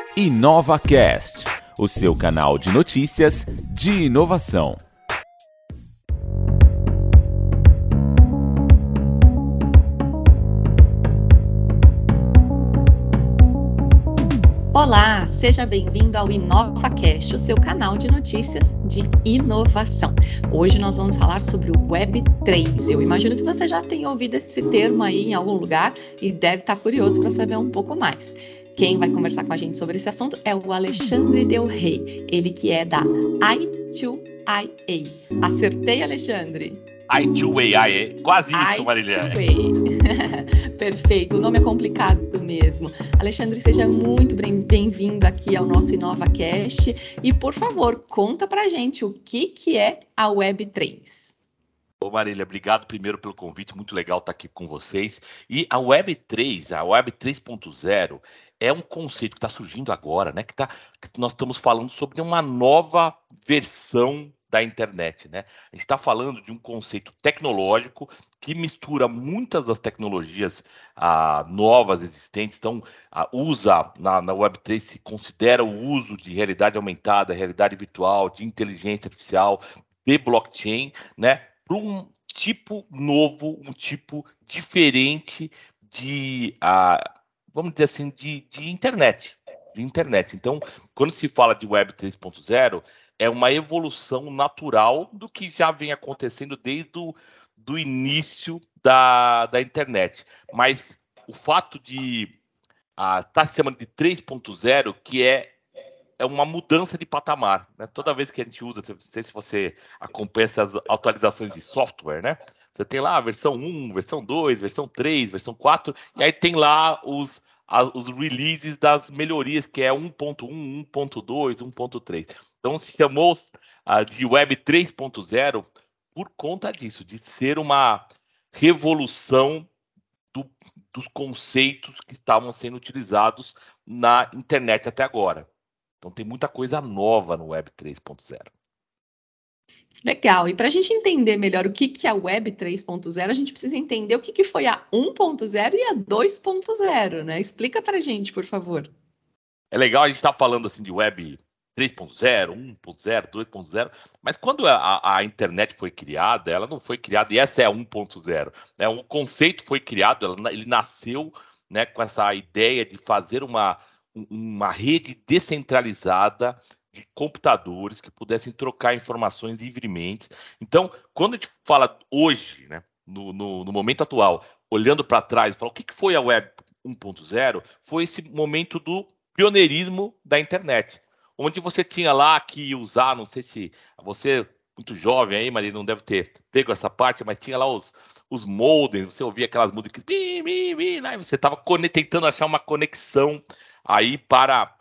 InovaCast, o seu canal de notícias de inovação. Olá, seja bem-vindo ao InovaCast, o seu canal de notícias de inovação. Hoje nós vamos falar sobre o Web3. Eu imagino que você já tenha ouvido esse termo aí em algum lugar e deve estar curioso para saber um pouco mais. Quem vai conversar com a gente sobre esse assunto é o Alexandre Del Rey, ele que é da i2IA. Acertei, Alexandre? i2AI, quase isso, Marília. i2A. Perfeito, o nome é complicado mesmo. Alexandre, seja muito bem-vindo aqui ao nosso InovaCast e, por favor, conta pra gente o que é a Web3. Ô Marília, obrigado primeiro pelo convite, muito legal estar aqui com vocês. E a Web3, a Web 3.0, é um conceito que está surgindo agora, né? Que nós estamos falando sobre uma nova versão da internet, né? A gente está falando de um conceito tecnológico que mistura muitas das tecnologias novas existentes. Então, na Web3 se considera o uso de realidade aumentada, realidade virtual, de inteligência artificial, de blockchain, né? Para um tipo novo, um tipo diferente de, vamos dizer assim, de internet. Então, quando se fala de Web 3.0, é uma evolução natural do que já vem acontecendo desde do início da internet. Mas o fato de estar se chamando de 3.0, que é uma mudança de patamar, né? Toda vez que a gente usa, não sei se você acompanha essas atualizações de software, né? Você tem lá a versão 1, versão 2, versão 3, versão 4, e aí tem lá os releases das melhorias, que é 1.1, 1.2, 1.3. Então se chamou de Web 3.0 por conta disso, de ser uma revolução dos conceitos que estavam sendo utilizados na internet até agora. Então tem muita coisa nova no Web 3.0. Legal, e para a gente entender melhor o que é a Web 3.0, a gente precisa entender o que foi a 1.0 e a 2.0, né? Explica para a gente, por favor. É legal a gente estar falando assim de Web 3.0, 1.0, 2.0, mas quando a internet foi criada, ela não foi criada, e essa é a 1.0, né? O conceito foi criado, ele nasceu, né, com essa ideia de fazer uma rede descentralizada de computadores que pudessem trocar informações livremente. Então, quando a gente fala hoje, né, no momento atual, olhando para trás, fala, o que foi a Web 1.0? Foi esse momento do pioneirismo da internet, onde você tinha lá que usar, não sei se você, muito jovem aí, Maria, não deve ter pego essa parte, mas tinha lá os modems, você ouvia aquelas músicas, né? Você estava tentando achar uma conexão aí para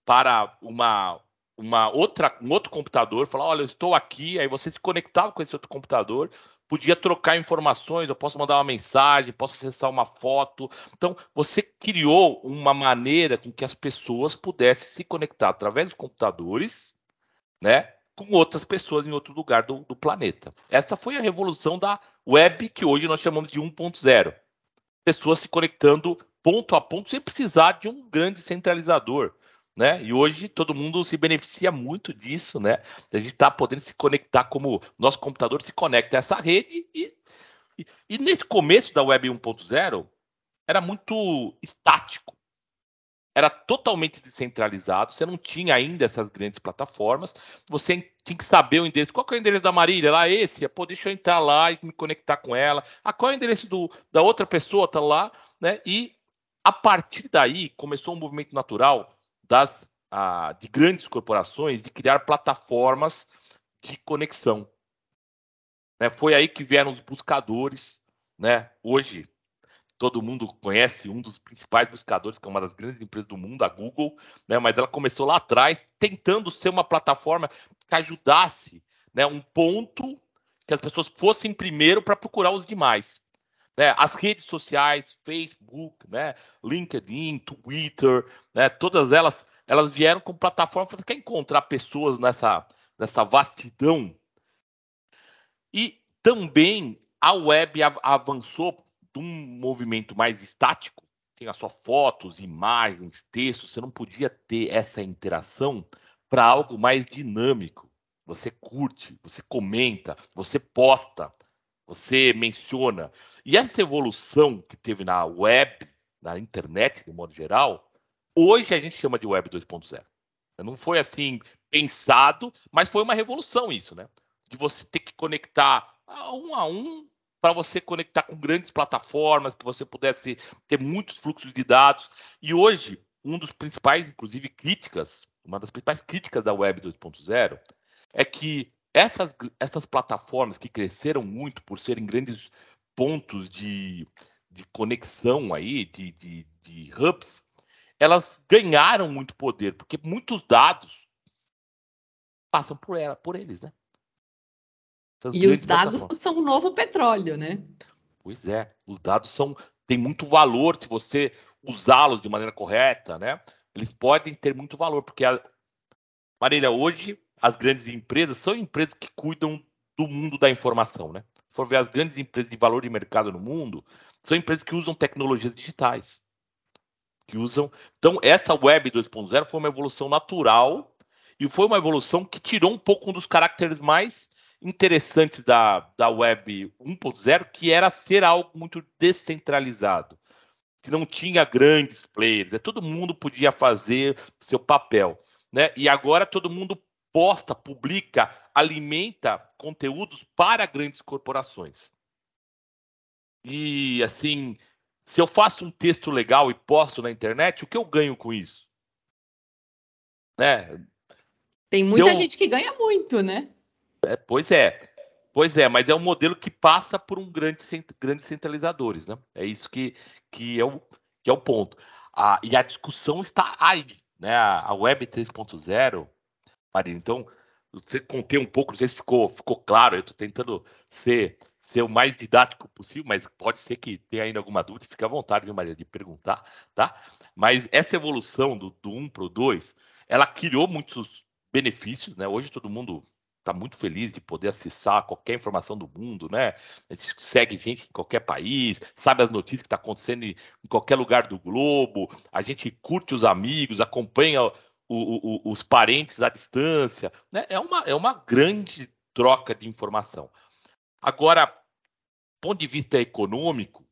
um outro computador, falar, olha, eu estou aqui, aí você se conectava com esse outro computador, podia trocar informações, eu posso mandar uma mensagem, posso acessar uma foto. Então, você criou uma maneira com que as pessoas pudessem se conectar através dos computadores, né, com outras pessoas em outro lugar do planeta. Essa foi a revolução da web, que hoje nós chamamos de 1.0. Pessoas se conectando ponto a ponto sem precisar de um grande centralizador, né? E hoje todo mundo se beneficia muito disso, né? A gente está podendo se conectar como nosso computador se conecta a essa rede e nesse começo da Web 1.0 era muito estático, era totalmente descentralizado, você não tinha ainda essas grandes plataformas, você tinha que saber o endereço. Qual que é o endereço da Marília? Lá, esse? Pô, deixa eu entrar lá e me conectar com ela. Qual é o endereço da outra pessoa? Tá lá, né? E a partir daí começou um movimento natural de grandes corporações de criar plataformas de conexão, né? Foi aí que vieram os buscadores, né? Hoje todo mundo conhece um dos principais buscadores, que é uma das grandes empresas do mundo, a Google, né? Mas ela começou lá atrás tentando ser uma plataforma que ajudasse, né, um ponto que as pessoas fossem primeiro para procurar os demais, né? As redes sociais, Facebook, né, LinkedIn, Twitter, né, todas elas vieram com plataforma para quer encontrar pessoas nessa vastidão. E também a web avançou de um movimento mais estático, tinha só fotos, imagens, textos, você não podia ter essa interação para algo mais dinâmico. Você curte, você comenta, você posta, você menciona. E essa evolução que teve na web, na internet, de modo geral, hoje a gente chama de web 2.0. Não foi assim pensado, mas foi uma revolução isso, né? De você ter que conectar a um para você conectar com grandes plataformas, que você pudesse ter muitos fluxos de dados. E hoje, um dos principais, inclusive, uma das principais críticas da Web 2.0 é que essas plataformas que cresceram muito por serem grandes pontos de conexão aí, de hubs, elas ganharam muito poder, porque muitos dados passam por eles, né? Essas E os grandes dados plataformas. são o novo petróleo, né? Pois é, os dados têm muito valor se você usá-los de maneira correta, né? Eles podem ter muito valor, porque, Marília, hoje as grandes empresas são empresas que cuidam do mundo da informação, né? Se for ver as grandes empresas de valor de mercado no mundo, são empresas que usam tecnologias digitais, que usam. Então, essa Web 2.0 foi uma evolução natural e foi uma evolução que tirou um pouco dos caracteres mais interessantes da Web 1.0, que era ser algo muito descentralizado, que não tinha grandes players, todo mundo podia fazer seu papel, né? E agora todo mundo posta, publica, alimenta conteúdos para grandes corporações. E assim, se eu faço um texto legal e posto na internet, o que eu ganho com isso? Né? Tem Se muita eu, gente que ganha muito, né? pois é, mas é um modelo que passa por grandes centralizadores, né? É isso que é o ponto. E a discussão está aí, né? A Web 3.0, Marina. Então, você contei um pouco, não sei se ficou claro, eu estou tentando ser o mais didático possível, mas pode ser que tenha ainda alguma dúvida, fique à vontade, viu, Maria, de perguntar, tá? Mas essa evolução do 1 para o 2, ela criou muitos benefícios, né? Hoje todo mundo está muito feliz de poder acessar qualquer informação do mundo, né? A gente segue gente em qualquer país, sabe as notícias que está acontecendo em qualquer lugar do globo, a gente curte os amigos, acompanha os parentes à distância, né? É uma grande troca de informação. Agora, do ponto de vista econômico,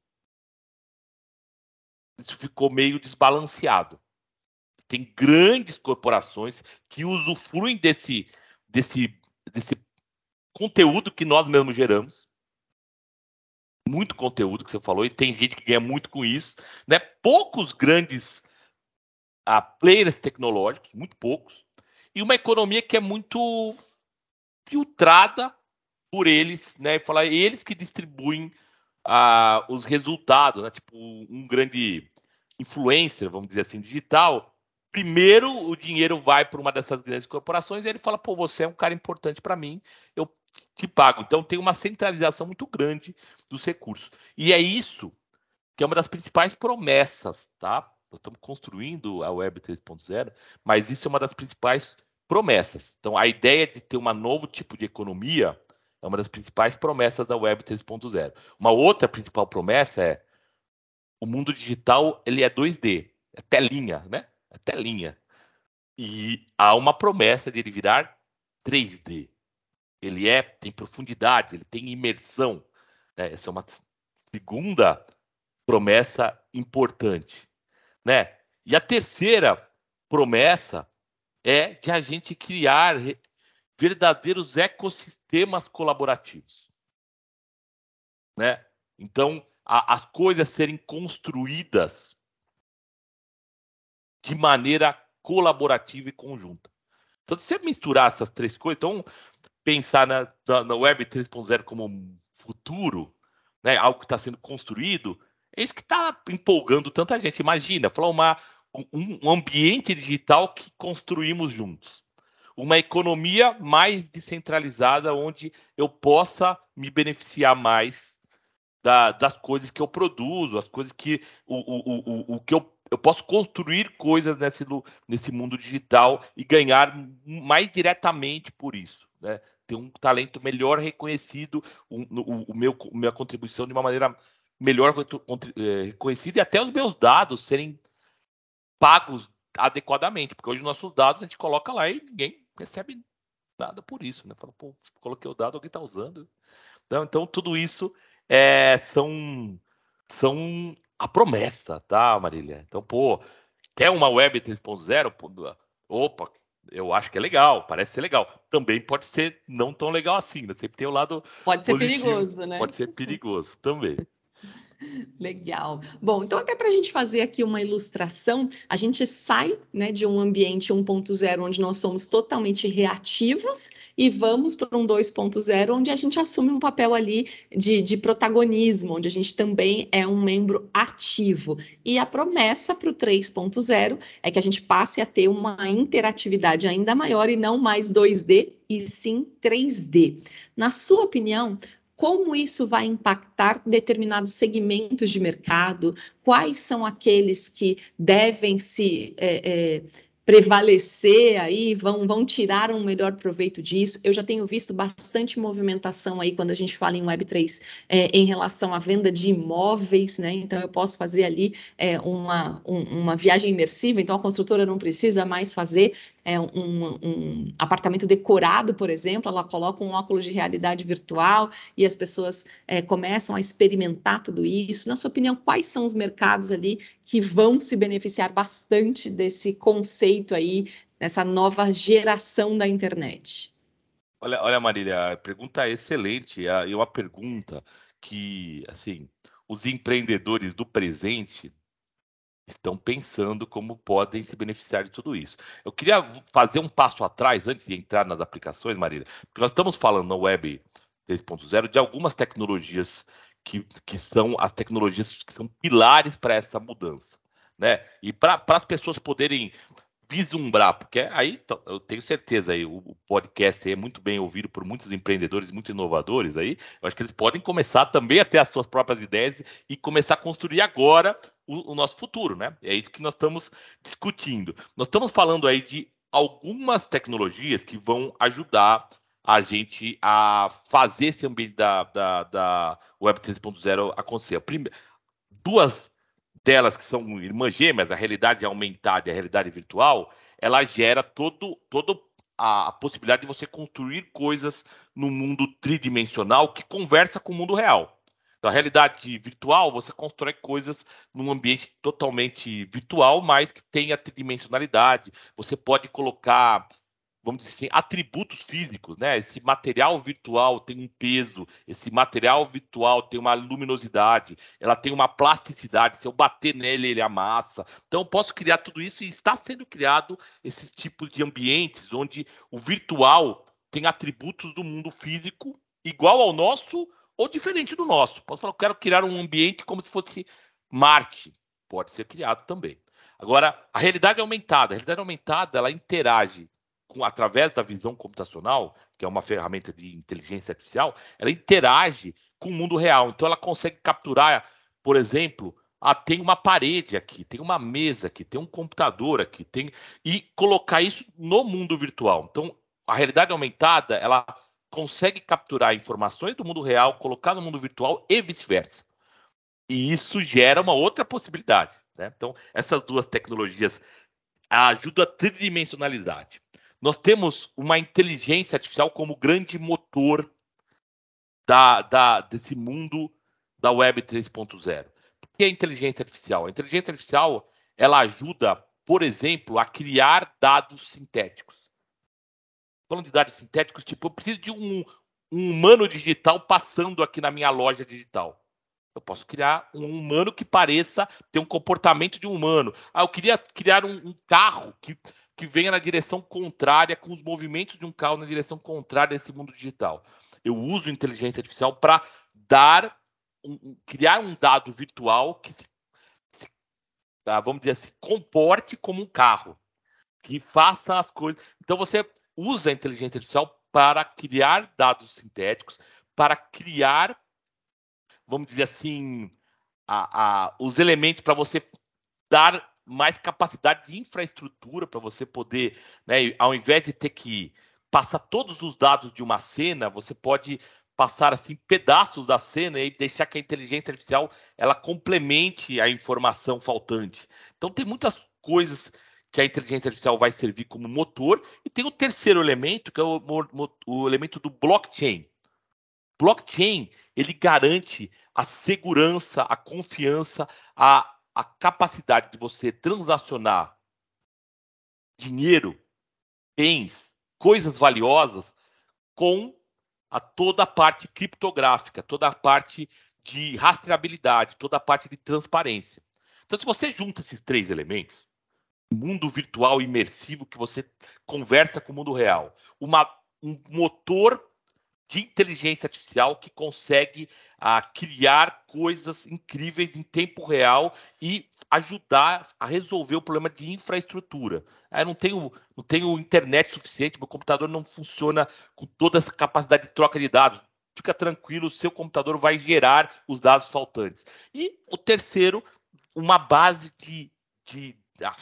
isso ficou meio desbalanceado. Tem grandes corporações que usufruem desse conteúdo que nós mesmos geramos. Muito conteúdo que você falou, e tem gente que ganha muito com isso, né? Poucos grandes players tecnológicos, muito poucos, e uma economia que é muito filtrada por eles, né? Falar eles que distribuem os resultados, né? Tipo, um grande influencer, vamos dizer assim, digital. Primeiro, o dinheiro vai para uma dessas grandes corporações e ele fala: pô, você é um cara importante para mim, eu te pago. Então, tem uma centralização muito grande dos recursos. E é isso que é uma das principais promessas, tá? Nós estamos construindo a Web 3.0, mas isso é uma das principais promessas. Então, a ideia de ter um novo tipo de economia é uma das principais promessas da Web 3.0. Uma outra principal promessa é o mundo digital, ele é 2D, é telinha, né? É telinha. E há uma promessa de ele virar 3D. Ele tem profundidade, ele tem imersão, né? Essa é uma segunda promessa importante, né? E a terceira promessa é de a gente criar verdadeiros ecossistemas colaborativos, né? Então, as coisas serem construídas de maneira colaborativa e conjunta. Então, se você misturar essas três coisas, então pensar na Web 3.0 como um futuro, né, algo que está sendo construído, é isso que está empolgando tanta gente. Imagina, falar um ambiente digital que construímos juntos. Uma economia mais descentralizada, onde eu possa me beneficiar mais das coisas que eu produzo, as coisas que o que eu posso construir coisas nesse mundo digital e ganhar mais diretamente por isso, né? Ter um talento melhor reconhecido, minha contribuição de uma maneira melhor reconhecido e até os meus dados serem pagos adequadamente, porque hoje os nossos dados a gente coloca lá e ninguém recebe nada por isso, né? Fala, pô, coloquei o dado, alguém está usando. Então tudo isso são a promessa, tá, Marília? Então, pô, quer uma web 3.0? Opa, eu acho que é legal, parece ser legal. Também pode ser não tão legal assim, né? Sempre tem o lado Pode ser positivo, perigoso, né? pode ser perigoso também. Legal. Bom, então até para a gente fazer aqui uma ilustração, a gente sai, né, de um ambiente 1.0 onde nós somos totalmente reativos e vamos para um 2.0 onde a gente assume um papel ali de protagonismo, onde a gente também é um membro ativo. E a promessa para o 3.0 é que a gente passe a ter uma interatividade ainda maior e não mais 2D, e sim 3D. Na sua opinião, como isso vai impactar determinados segmentos de mercado? Quais são aqueles que devem se prevalecer aí, vão tirar um melhor proveito disso? Eu já tenho visto bastante movimentação aí quando a gente fala em Web3 em relação à venda de imóveis, né? Então eu posso fazer ali uma viagem imersiva, então a construtora não precisa mais fazer um apartamento decorado, por exemplo, ela coloca um óculos de realidade virtual e as pessoas começam a experimentar tudo isso. Na sua opinião, quais são os mercados ali que vão se beneficiar bastante desse conceito aí, dessa nova geração da internet? Olha, Marília, a pergunta é excelente, e uma pergunta que, assim, os empreendedores do presente estão pensando como podem se beneficiar de tudo isso. Eu queria fazer um passo atrás antes de entrar nas aplicações, Marília, porque nós estamos falando na Web 3.0 de algumas tecnologias que são as tecnologias que são pilares para essa mudança, né? E para as pessoas poderem vislumbrar, porque aí eu tenho certeza aí, o podcast é muito bem ouvido por muitos empreendedores, muito inovadores aí, eu acho que eles podem começar também a ter as suas próprias ideias e começar a construir agora o nosso futuro, né? É isso que nós estamos discutindo. Nós estamos falando aí de algumas tecnologias que vão ajudar a gente a fazer esse ambiente da Web 3.0 acontecer. Duas delas que são irmãs gêmeas, a realidade aumentada e a realidade virtual, ela gera todo a possibilidade de você construir coisas no mundo tridimensional que conversa com o mundo real. Então, a realidade virtual, você constrói coisas num ambiente totalmente virtual, mas que tenha tridimensionalidade. Você pode colocar, vamos dizer assim, atributos físicos, né? Esse material virtual tem um peso, esse material virtual tem uma luminosidade, ela tem uma plasticidade, se eu bater nele, ele amassa. Então, eu posso criar tudo isso e está sendo criado esses tipos de ambientes onde o virtual tem atributos do mundo físico igual ao nosso ou diferente do nosso. Posso falar, eu quero criar um ambiente como se fosse Marte. Pode ser criado também. Agora, a realidade aumentada, ela interage através da visão computacional, que é uma ferramenta de inteligência artificial, ela interage com o mundo real. Então, ela consegue capturar, por exemplo, tem uma parede aqui, tem uma mesa aqui, tem um computador aqui, e colocar isso no mundo virtual. Então, a realidade aumentada, ela consegue capturar informações do mundo real, colocar no mundo virtual e vice-versa. E isso gera uma outra possibilidade, né? Então, essas duas tecnologias ajudam a tridimensionalidade. Nós temos uma inteligência artificial como grande motor desse mundo da Web 3.0. O que é inteligência artificial? A inteligência artificial, ela ajuda, por exemplo, a criar dados sintéticos. Falando de dados sintéticos, tipo, eu preciso de um humano digital passando aqui na minha loja digital. Eu posso criar um humano que pareça ter um comportamento de um humano. Eu queria criar um carro que venha na direção contrária, com os movimentos de um carro na direção contrária desse mundo digital. Eu uso inteligência artificial para criar um dado virtual que vamos dizer assim, comporte como um carro, que faça as coisas. Então você usa a inteligência artificial para criar dados sintéticos, para criar, vamos dizer assim, os elementos para você dar mais capacidade de infraestrutura para você poder, né, ao invés de ter que passar todos os dados de uma cena, você pode passar assim pedaços da cena e deixar que a inteligência artificial ela complemente a informação faltante. Então tem muitas coisas que a inteligência artificial vai servir como motor, e tem o terceiro elemento, que é o elemento do blockchain. Blockchain, ele garante a segurança, a confiança, a capacidade de você transacionar dinheiro, bens, coisas valiosas com toda a parte criptográfica, toda a parte de rastreabilidade, toda a parte de transparência. Então, se você junta esses três elementos, mundo virtual imersivo que você conversa com o mundo real, um motor de inteligência artificial que consegue criar coisas incríveis em tempo real e ajudar a resolver o problema de infraestrutura. Eu não tenho internet suficiente, meu computador não funciona com toda essa capacidade de troca de dados. Fica tranquilo, o seu computador vai gerar os dados faltantes. E o terceiro, uma base de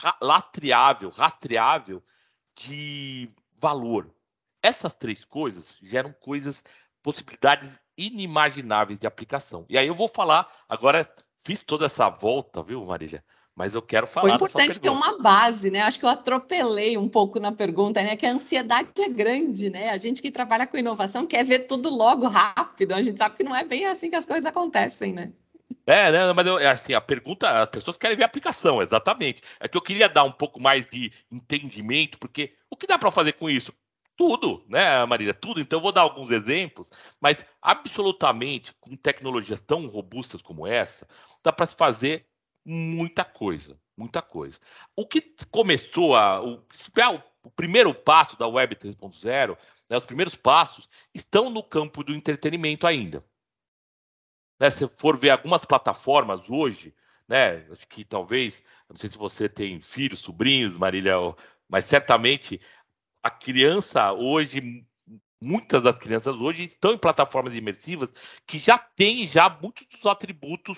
rastreável de valor. Essas três coisas geram possibilidades inimagináveis de aplicação. E aí eu vou falar, agora fiz toda essa volta, viu, Marília? Mas eu quero Foi falar da sua importante ter pergunta. uma base, né? Acho que eu atropelei um pouco na pergunta, né? Que a ansiedade é grande, né? A gente que trabalha com inovação quer ver tudo logo, rápido. A gente sabe que não é bem assim que as coisas acontecem, né? Né, mas assim, a pergunta, as pessoas querem ver a aplicação, exatamente. É que eu queria dar um pouco mais de entendimento, porque o que dá para fazer com isso? Tudo, né, Marília? Tudo. Então eu vou dar alguns exemplos, mas absolutamente com tecnologias tão robustas como essa, dá para se fazer muita coisa, muita coisa. O que começou o primeiro passo da Web 3.0, né, os primeiros passos estão no campo do entretenimento ainda. Né, se for ver algumas plataformas hoje, né, acho que talvez, não sei se você tem filhos, sobrinhos, Marília, mas certamente a criança hoje, muitas das crianças hoje estão em plataformas imersivas que já têm já muitos dos atributos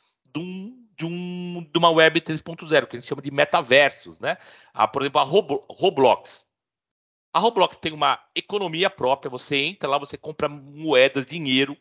de uma web 3.0, que a gente chama de metaversos, né? Por exemplo, a Roblox. A Roblox tem uma economia própria, você entra lá, você compra moedas, dinheiro.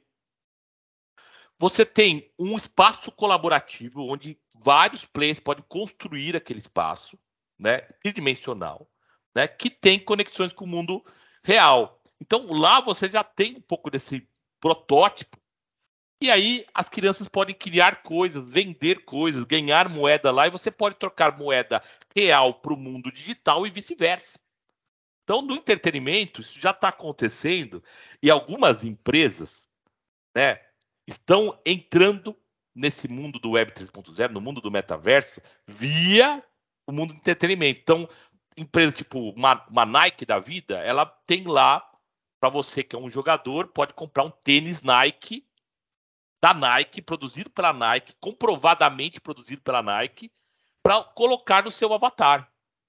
Você tem um espaço colaborativo onde vários players podem construir aquele espaço, né, tridimensional, né, que tem conexões com o mundo real. Então lá você já tem um pouco desse protótipo, e aí as crianças podem criar coisas, vender coisas, ganhar moeda lá, e você pode trocar moeda real para o mundo digital e vice-versa. Então, no entretenimento, isso já está acontecendo, e algumas empresas, né, estão entrando nesse mundo do Web 3.0, no mundo do metaverso, via o mundo do entretenimento. Então, empresa tipo uma Nike da vida, ela tem lá, para você que é um jogador, pode comprar um tênis Nike, da Nike, produzido pela Nike, comprovadamente produzido pela Nike, para colocar no seu avatar.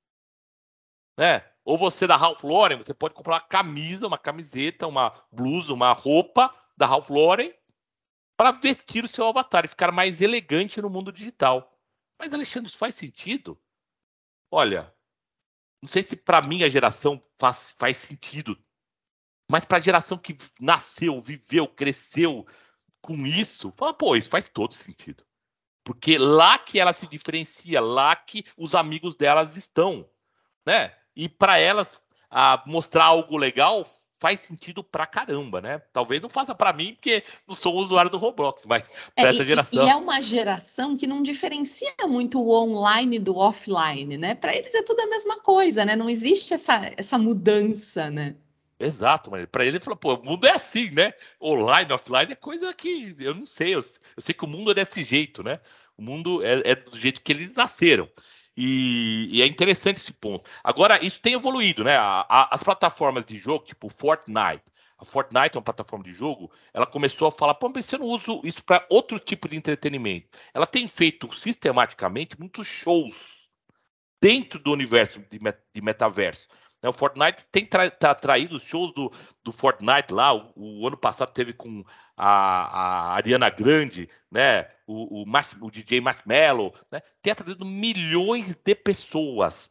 Né? Ou você da Ralph Lauren, você pode comprar uma camisa, uma camiseta, uma blusa, uma roupa da Ralph Lauren, para vestir o seu avatar e ficar mais elegante no mundo digital. Mas, Alexandre, isso faz sentido? Olha, não sei se para minha geração faz sentido, mas para a geração que nasceu, viveu, cresceu com isso, fala, pô, isso faz todo sentido. Porque lá que ela se diferencia, lá que os amigos delas estão, né? E para elas mostrar algo legal faz sentido pra caramba, né? Talvez não faça para mim, porque não sou um usuário do Roblox, mas para essa E geração. é uma geração que não diferencia muito o online do offline, né? Para eles é tudo a mesma coisa, né? Não existe essa mudança, né? Exato, mas para ele falou, pô, o mundo é assim, né? Online, offline é coisa que eu não sei, eu sei que o mundo é desse jeito, né? O mundo é do jeito que eles nasceram. E é interessante esse ponto. Agora, isso tem evoluído, né? As plataformas de jogo, tipo Fortnite. A Fortnite é uma plataforma de jogo, ela começou a falar, pô, mas você não usa isso para outro tipo de entretenimento. Ela tem feito sistematicamente muitos shows dentro do universo de metaverso. Né, o Fortnite tem traído os shows do Fortnite lá. O ano passado teve com a Ariana Grande, né? O DJ Marshmello, né? Tem atraído milhões de pessoas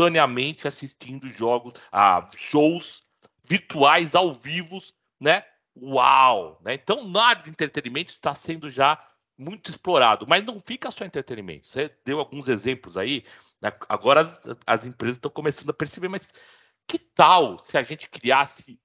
simultaneamente assistindo shows virtuais ao vivo, né? uau, né? Então, na área de entretenimento está sendo já muito explorado, mas não fica só entretenimento. Você deu alguns exemplos aí, né? Agora as empresas estão começando a perceber, mas que tal se a gente criasse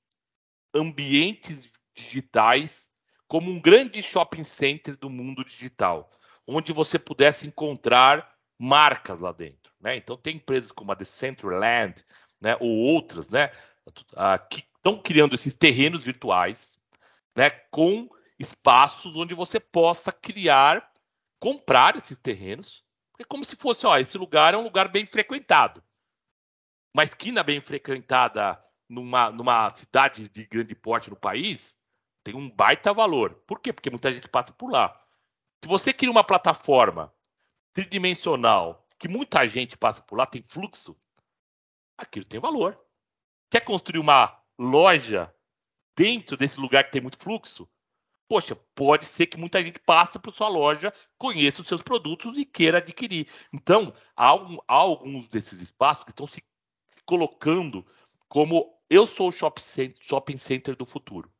ambientes digitais como um grande shopping center do mundo digital, onde você pudesse encontrar marcas lá dentro, né? Então tem empresas como a Decentraland, né, ou outras, né, que estão criando esses terrenos virtuais, né, com espaços onde você possa comprar esses terrenos, é como se fosse, ó, esse lugar é um lugar bem frequentado. Uma esquina bem frequentada numa cidade de grande porte no país tem um baita valor. Por quê? Porque muita gente passa por lá. Se você cria uma plataforma tridimensional que muita gente passa por lá, tem fluxo, aquilo tem valor. Quer construir uma loja dentro desse lugar que tem muito fluxo? Poxa, pode ser que muita gente passe por sua loja, conheça os seus produtos e queira adquirir. Então, há alguns desses espaços que estão se colocando como eu sou o shopping center do futuro.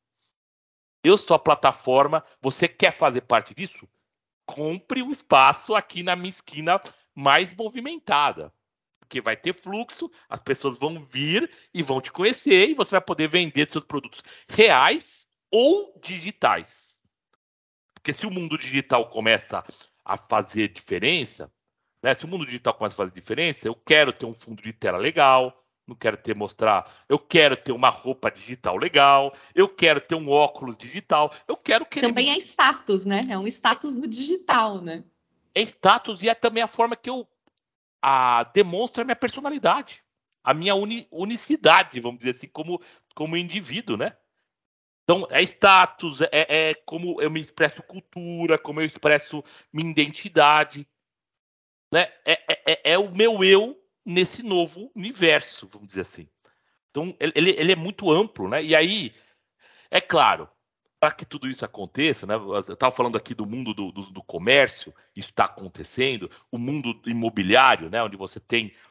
Eu sou a plataforma. Você quer fazer parte disso? Compre um espaço aqui na minha esquina mais movimentada. Porque vai ter fluxo, as pessoas vão vir e vão te conhecer e você vai poder vender seus produtos reais ou digitais. Porque se o mundo digital começa a fazer diferença, né? Se o mundo digital começa a fazer diferença, eu quero ter um fundo de tela legal, não quero eu quero ter uma roupa digital legal, eu quero ter um óculos digital, eu quero que Também é status, né? É um status no digital, né? É status e é também a forma que eu demonstro a minha personalidade, a minha unicidade, vamos dizer assim, como indivíduo, né? Então, é status, é como eu me expresso cultura, como eu expresso minha identidade, né? É o meu eu nesse novo universo, vamos dizer assim. Então, ele é muito amplo, né? E aí, é claro, para que tudo isso aconteça, né? Eu estava falando aqui do mundo do comércio, isso está acontecendo, o mundo imobiliário, né? Onde você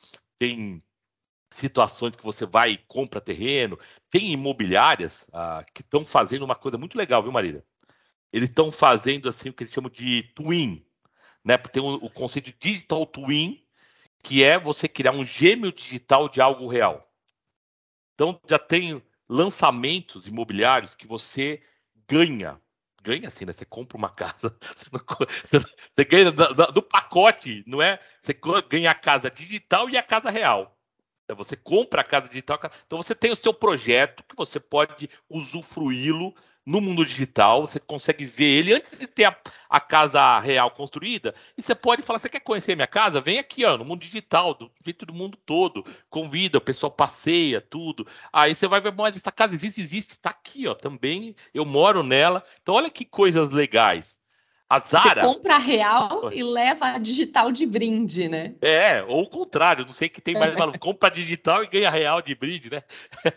tem situações que você vai e compra terreno, tem imobiliárias que estão fazendo uma coisa muito legal, viu, Marília? Eles estão fazendo assim o que eles chamam de twin, né? Tem o conceito de digital twin, que é você criar um gêmeo digital de algo real. Então, já tem lançamentos imobiliários que você ganha. Ganha assim, né? Você compra uma casa, você ganha do pacote, não é? Você ganha a casa digital e a casa real. Você compra a casa digital, então você tem o seu projeto que você pode usufruí-lo no mundo digital, você consegue ver ele antes de ter a casa real construída, e você pode falar, você quer conhecer a minha casa? Vem aqui, ó, no mundo digital, do jeito do mundo todo, convida, o pessoal passeia, tudo. Aí você vai ver, mas essa casa existe, está aqui, ó, também, eu moro nela. Então olha que coisas legais. A Você Zara... compra a real e leva a digital de brinde, né? Ou o contrário, não sei que tem mais maluco. Compra digital e ganha real de brinde, né?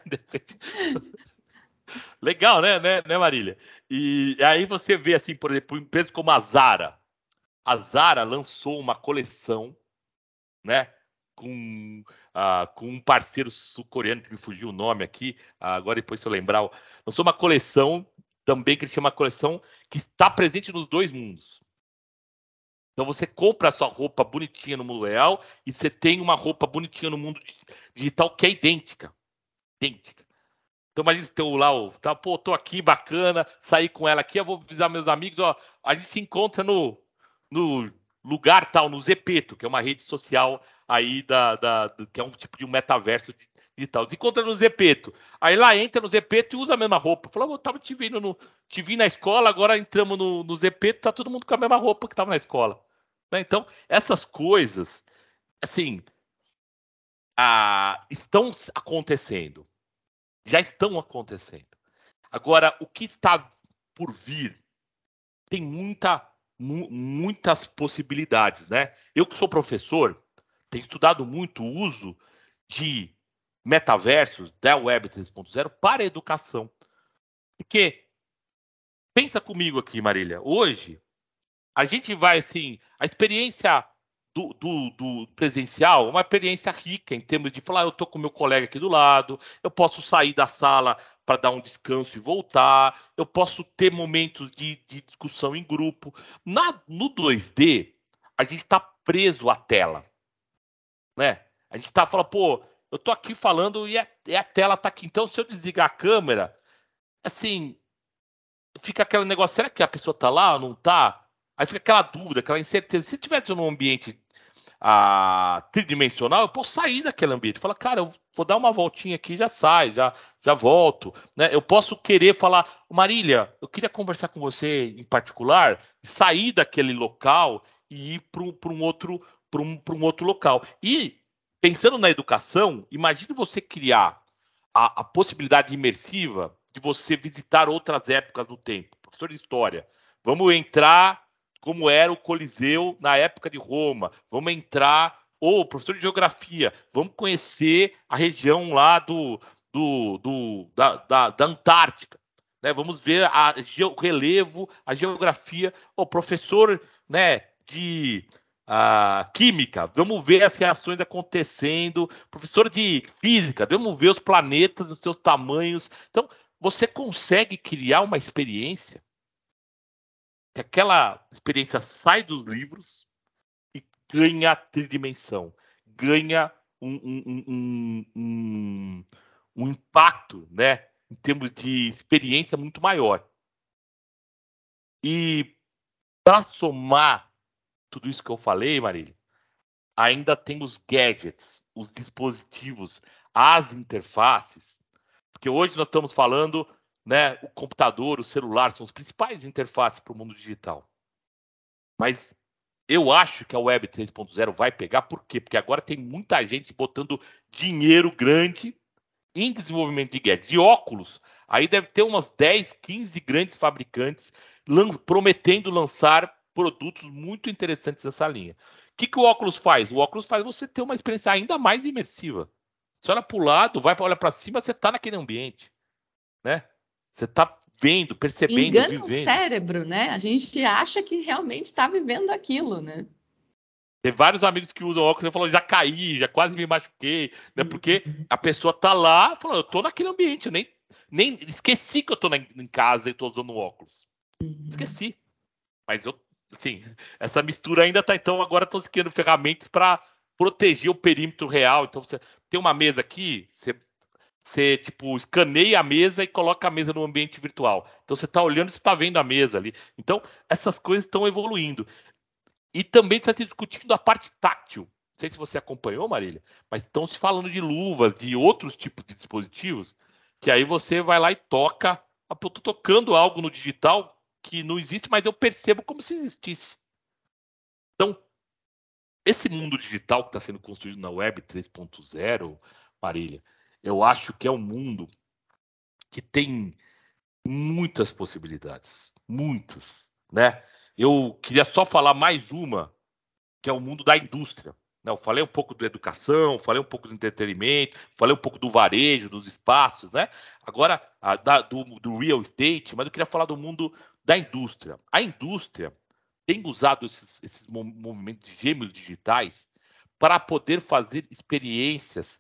Legal, né, Marília? E aí você vê, assim, por exemplo, empresas como a Zara. A Zara lançou uma coleção, né? Com um parceiro sul-coreano, que me fugiu o nome aqui, agora depois se eu lembrar. Lançou uma coleção também que ele chama coleção que está presente nos dois mundos. Então você compra a sua roupa bonitinha no mundo real e você tem uma roupa bonitinha no mundo digital que é idêntica. Idêntica. Então imagina se tem lá, pô, tô aqui, bacana, saí com ela aqui, eu vou avisar meus amigos, ó, a gente se encontra no lugar tal, no Zepeto, que é uma rede social aí que é um tipo de um metaverso digital. Se encontra no Zepeto. Aí lá entra no Zepeto e usa a mesma roupa. Falou, eu tava te vi na escola, agora entramos no Zepeto, tá todo mundo com a mesma roupa que tava na escola. Né? Então, essas coisas, assim, estão acontecendo. Já estão acontecendo. Agora, o que está por vir tem muitas possibilidades, né? Eu que sou professor, tenho estudado muito o uso de metaversos da Web 3.0 para a educação. Porque, pensa comigo aqui, Marília, hoje a gente vai, assim, a experiência do presencial, uma experiência rica em termos de falar, eu estou com meu colega aqui do lado, eu posso sair da sala para dar um descanso e voltar. Eu posso ter momentos de discussão em grupo. No 2D, a gente está preso à tela, né? A gente tá falando, pô, eu tô aqui falando e a tela tá aqui. Então, se eu desligar a câmera, assim, fica aquele negócio, será que a pessoa tá lá ou não tá? Aí fica aquela dúvida, aquela incerteza. Se tivesse num ambiente tridimensional, eu posso sair daquele ambiente. Falar, cara, eu vou dar uma voltinha aqui, já saio, já volto. Né? Eu posso querer falar, Marília, eu queria conversar com você em particular, sair daquele local e ir para um outro local. E pensando na educação, imagine você criar a possibilidade imersiva de você visitar outras épocas do tempo. Professor de história, vamos entrar como era o Coliseu na época de Roma. Vamos entrar, ou professor de geografia, vamos conhecer a região lá da Antártica. Né? Vamos ver o relevo, a geografia. O professor, né, de química, vamos ver as reações acontecendo. Professor de física, vamos ver os planetas, os seus tamanhos. Então, você consegue criar uma experiência que aquela experiência sai dos livros e ganha tridimensão, ganha um impacto, né, em termos de experiência muito maior. E para somar tudo isso que eu falei, Marília, ainda tem os gadgets, os dispositivos, as interfaces, porque hoje nós estamos falando, né, o computador, o celular são os principais interfaces para o mundo digital. Mas eu acho que a Web 3.0 vai pegar, por quê? Porque agora tem muita gente botando dinheiro grande em desenvolvimento de gadgets. De óculos, aí deve ter umas 10, 15 grandes fabricantes prometendo lançar produtos muito interessantes nessa linha. O que o óculos faz? O óculos faz você ter uma experiência ainda mais imersiva. Você olha para o lado, olha para cima, você está naquele ambiente, né? Você está vendo, percebendo, Engana o vivendo. cérebro, né? A gente acha que realmente está vivendo aquilo, né? Tem vários amigos que usam óculos e falam, já caí, já quase me machuquei, né? Porque a pessoa tá lá, falando, eu tô naquele ambiente, eu nem esqueci que eu tô em casa e tô usando óculos. Esqueci. Mas eu, assim, essa mistura ainda tá, então agora estão criando ferramentas para proteger o perímetro real. Então você tem uma mesa aqui, você tipo escaneia a mesa e coloca a mesa no ambiente virtual. Então você tá olhando, você tá vendo a mesa ali. Então essas coisas estão evoluindo. E também está se discutindo a parte tátil. Não sei se você acompanhou, Marília, mas estão se falando de luvas, de outros tipos de dispositivos, que aí você vai lá e toca. Eu estou tocando algo no digital que não existe, mas eu percebo como se existisse. Então, esse mundo digital que está sendo construído na Web 3.0, Marília, eu acho que é um mundo que tem muitas possibilidades. Muitas, né? Eu queria só falar mais uma, que é o mundo da indústria. Eu falei um pouco da educação, falei um pouco do entretenimento, falei um pouco do varejo, dos espaços, né? Agora, do real estate, mas eu queria falar do mundo da indústria. A indústria tem usado esses movimentos de gêmeos digitais para poder fazer experiências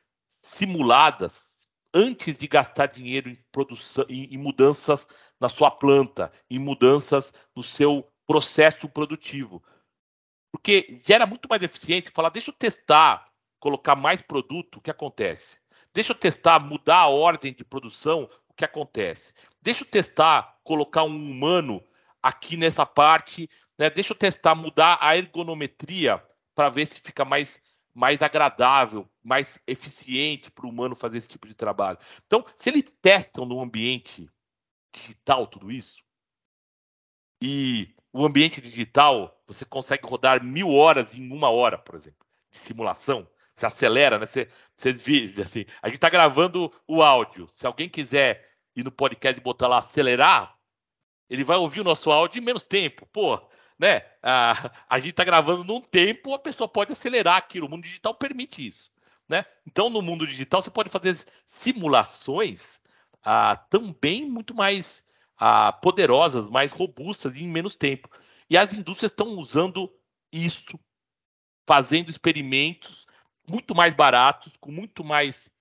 simuladas antes de gastar dinheiro em produção, em mudanças na sua planta, em mudanças no seu processo produtivo. Porque gera muito mais eficiência falar, deixa eu testar, colocar mais produto, o que acontece? Deixa eu testar, mudar a ordem de produção, o que acontece? Deixa eu testar, colocar um humano aqui nessa parte, né? Deixa eu testar, mudar a ergonometria para ver se fica mais agradável, mais eficiente para o humano fazer esse tipo de trabalho. Então, se eles testam no ambiente digital tudo isso, e o ambiente digital, você consegue rodar 1000 horas em 1 hora, por exemplo, de simulação. Você acelera, né? Vocês viram, assim, a gente está gravando o áudio. Se alguém quiser ir no podcast e botar lá acelerar, ele vai ouvir o nosso áudio em menos tempo. Pô, né? A gente está gravando num tempo, a pessoa pode acelerar aquilo. O mundo digital permite isso, né? Então, no mundo digital, você pode fazer simulações também muito mais poderosas, mais robustas e em menos tempo. E as indústrias estão usando isso, fazendo experimentos muito mais baratos, com muito mais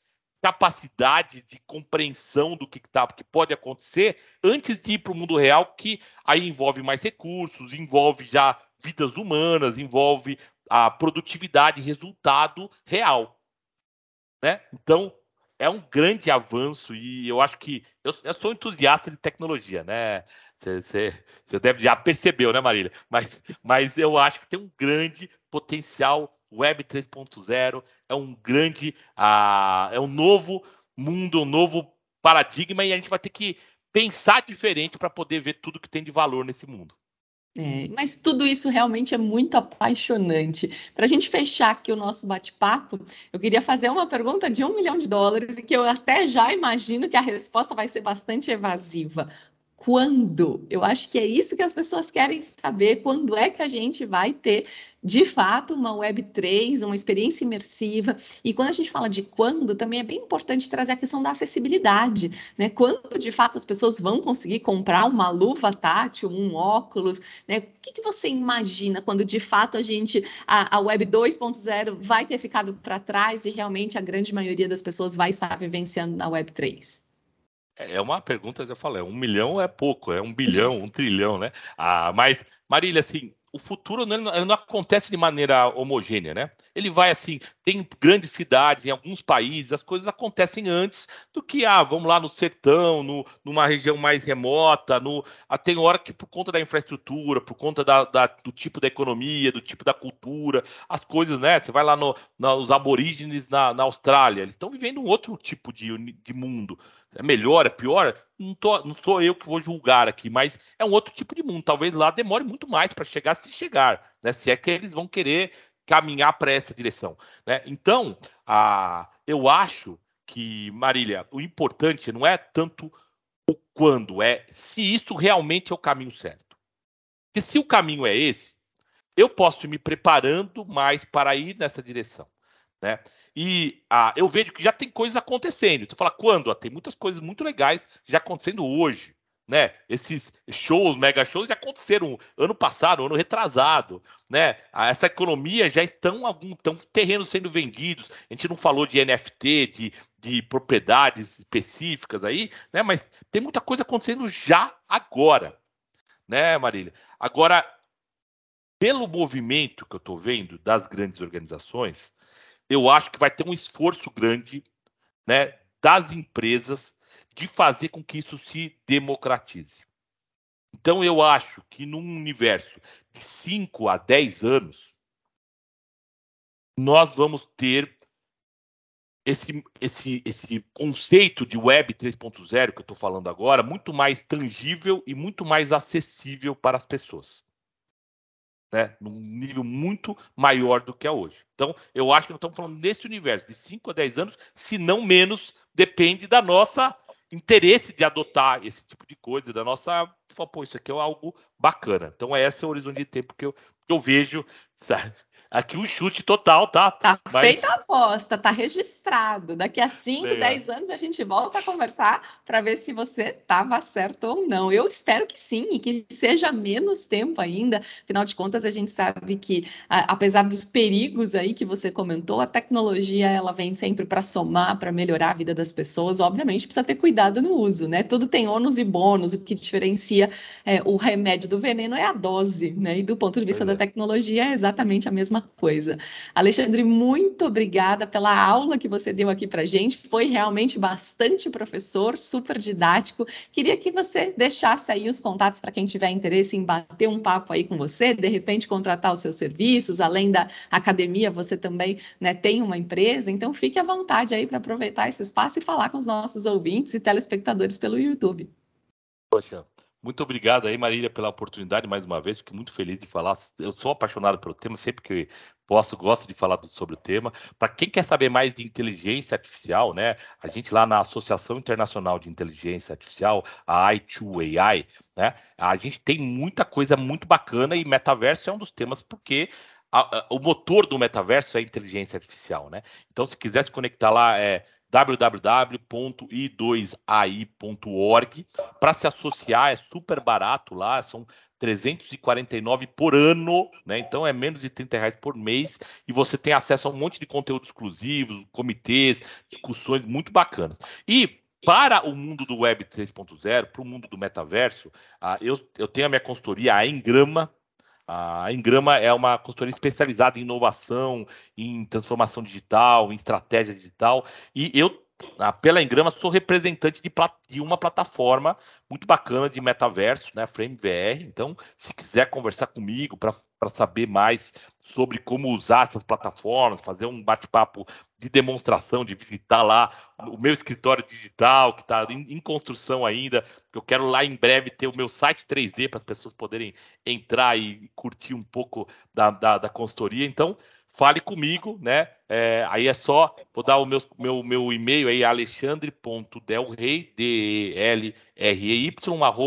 capacidade de compreensão do que pode acontecer antes de ir para o mundo real, que aí envolve mais recursos, envolve já vidas humanas, envolve a produtividade, resultado real, né? Então, é um grande avanço e eu acho que... Eu sou entusiasta de tecnologia, né? Você deve já percebeu, né, Marília? Mas eu acho que tem um grande potencial. Web 3.0 é um grande... é um novo mundo, um novo paradigma, e a gente vai ter que pensar diferente para poder ver tudo que tem de valor nesse mundo. Mas tudo isso realmente é muito apaixonante. Para a gente fechar aqui o nosso bate-papo, eu queria fazer uma pergunta de $1 milhão e que eu até já imagino que a resposta vai ser bastante evasiva. Quando? Eu acho que é isso que as pessoas querem saber. Quando é que a gente vai ter, de fato, uma Web3, uma experiência imersiva? E quando a gente fala de quando, também é bem importante trazer a questão da acessibilidade, né? Quando, de fato, as pessoas vão conseguir comprar uma luva tátil, um óculos, né? O que você imagina quando, de fato, a Web 2.0 vai ter ficado para trás e realmente a grande maioria das pessoas vai estar vivenciando na Web 3? É uma pergunta, eu falei, 1 milhão é pouco, é 1 bilhão, 1 trilhão, né? Mas, Marília, assim, o futuro ele não acontece de maneira homogênea, né? Ele vai assim, tem grandes cidades, em alguns países, as coisas acontecem antes do que, vamos lá no sertão, numa região mais remota, tem hora que por conta da infraestrutura, por conta do tipo da economia, do tipo da cultura, as coisas, né? Você vai lá nos aborígenes na Austrália, eles estão vivendo um outro tipo de mundo. É melhor, é pior? Não sou eu que vou julgar aqui, mas é um outro tipo de mundo. Talvez lá demore muito mais para chegar, se chegar, né? Se é que eles vão querer caminhar para essa direção, né? Então, eu acho que, Marília, o importante não é tanto o quando, é se isso realmente é o caminho certo. Porque se o caminho é esse, eu posso ir me preparando mais para ir nessa direção, né? E eu vejo que já tem coisas acontecendo. Tu fala, quando? Tem muitas coisas muito legais já acontecendo hoje, né? Esses shows, mega shows já aconteceram ano passado, ano retrasado, né? Essa economia já estão terrenos sendo vendidos. A gente não falou de NFT, de propriedades específicas aí, né? Mas tem muita coisa acontecendo já agora, né, Marília? Agora, pelo movimento que eu estou vendo das grandes organizações, eu acho que vai ter um esforço grande, né, das empresas de fazer com que isso se democratize. Então, eu acho que num universo de 5 a 10 anos, nós vamos ter esse conceito de Web 3.0 que eu estou falando agora muito mais tangível e muito mais acessível para as pessoas, né, num nível muito maior do que é hoje. Então, eu acho que nós estamos falando nesse universo de 5 a 10 anos, se não menos, depende da nossa interesse de adotar esse tipo de coisa, da nossa... Pô, isso aqui é algo bacana. Então, esse é o horizonte de tempo que eu vejo, sabe? Aqui um chute total, tá? Tá Mas... feita a aposta, tá registrado. Daqui a 5, Legal. 10 anos a gente volta a conversar para ver se você estava certo ou não. Eu espero que sim, e que seja menos tempo ainda. Afinal de contas, a gente sabe que, apesar dos perigos aí que você comentou, a tecnologia ela vem sempre para somar, para melhorar a vida das pessoas. Obviamente, precisa ter cuidado no uso, né? Tudo tem ônus e bônus. O que diferencia o remédio do veneno é a dose, né? E do ponto de vista Pois da é. tecnologia, é exatamente a mesma coisa. Alexandre, muito obrigada pela aula que você deu aqui para gente. Foi realmente bastante professor, super didático. Queria que você deixasse aí os contatos para quem tiver interesse em bater um papo aí com você, de repente contratar os seus serviços. Além da academia, você também, né, tem uma empresa, então fique à vontade aí para aproveitar esse espaço e falar com os nossos ouvintes e telespectadores pelo YouTube. Poxa, muito obrigado aí, Marília, pela oportunidade mais uma vez. Fico muito feliz de falar. Eu sou apaixonado pelo tema, sempre que posso, gosto de falar sobre o tema. Para quem quer saber mais de inteligência artificial, né? A gente lá na Associação Internacional de Inteligência Artificial, a I2AI, né? A gente tem muita coisa muito bacana e metaverso é um dos temas, porque o motor do metaverso é a inteligência artificial, né? Então, se quiser se conectar lá, é www.i2ai.org. Para se associar é super barato lá, 349 por ano, né? Então é menos de R$30 por mês e você tem acesso a um monte de conteúdo exclusivo, comitês, discussões muito bacanas. E para o mundo do Web 3.0, para o mundo do metaverso, eu tenho a minha consultoria, a Engrama. A Engrama é uma consultoria especializada em inovação, em transformação digital, em estratégia digital, e eu, pela Engrama, sou representante de uma plataforma muito bacana de metaverso, né, Frame VR. Então, se quiser conversar comigo para saber mais sobre como usar essas plataformas, fazer um bate-papo de demonstração, de visitar lá o meu escritório digital, que está em construção ainda, que eu quero lá em breve ter o meu site 3D para as pessoas poderem entrar e curtir um pouco da consultoria. Então, fale comigo, né? Aí é só, vou dar o meu e-mail aí, alexandre.delrey, DELREY,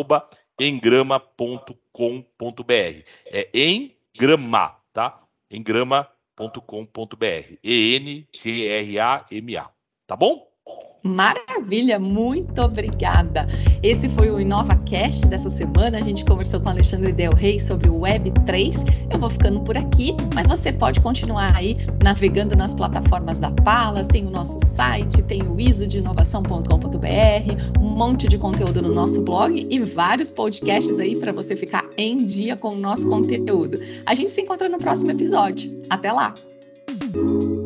@engrama.com.br. É Engrama, tá? Engrama.com.br. ENGRAMA. Tá bom? Maravilha, muito obrigada. Esse foi o InovaCast dessa semana. A gente conversou com Alexandre Delrey sobre o Web3. Eu vou ficando por aqui, mas você pode continuar aí navegando nas plataformas da Palas. Tem o nosso site, tem o isodeinovação.com.br, um monte de conteúdo no nosso blog e vários podcasts aí para você ficar em dia com o nosso conteúdo. A gente se encontra no próximo episódio. Até lá!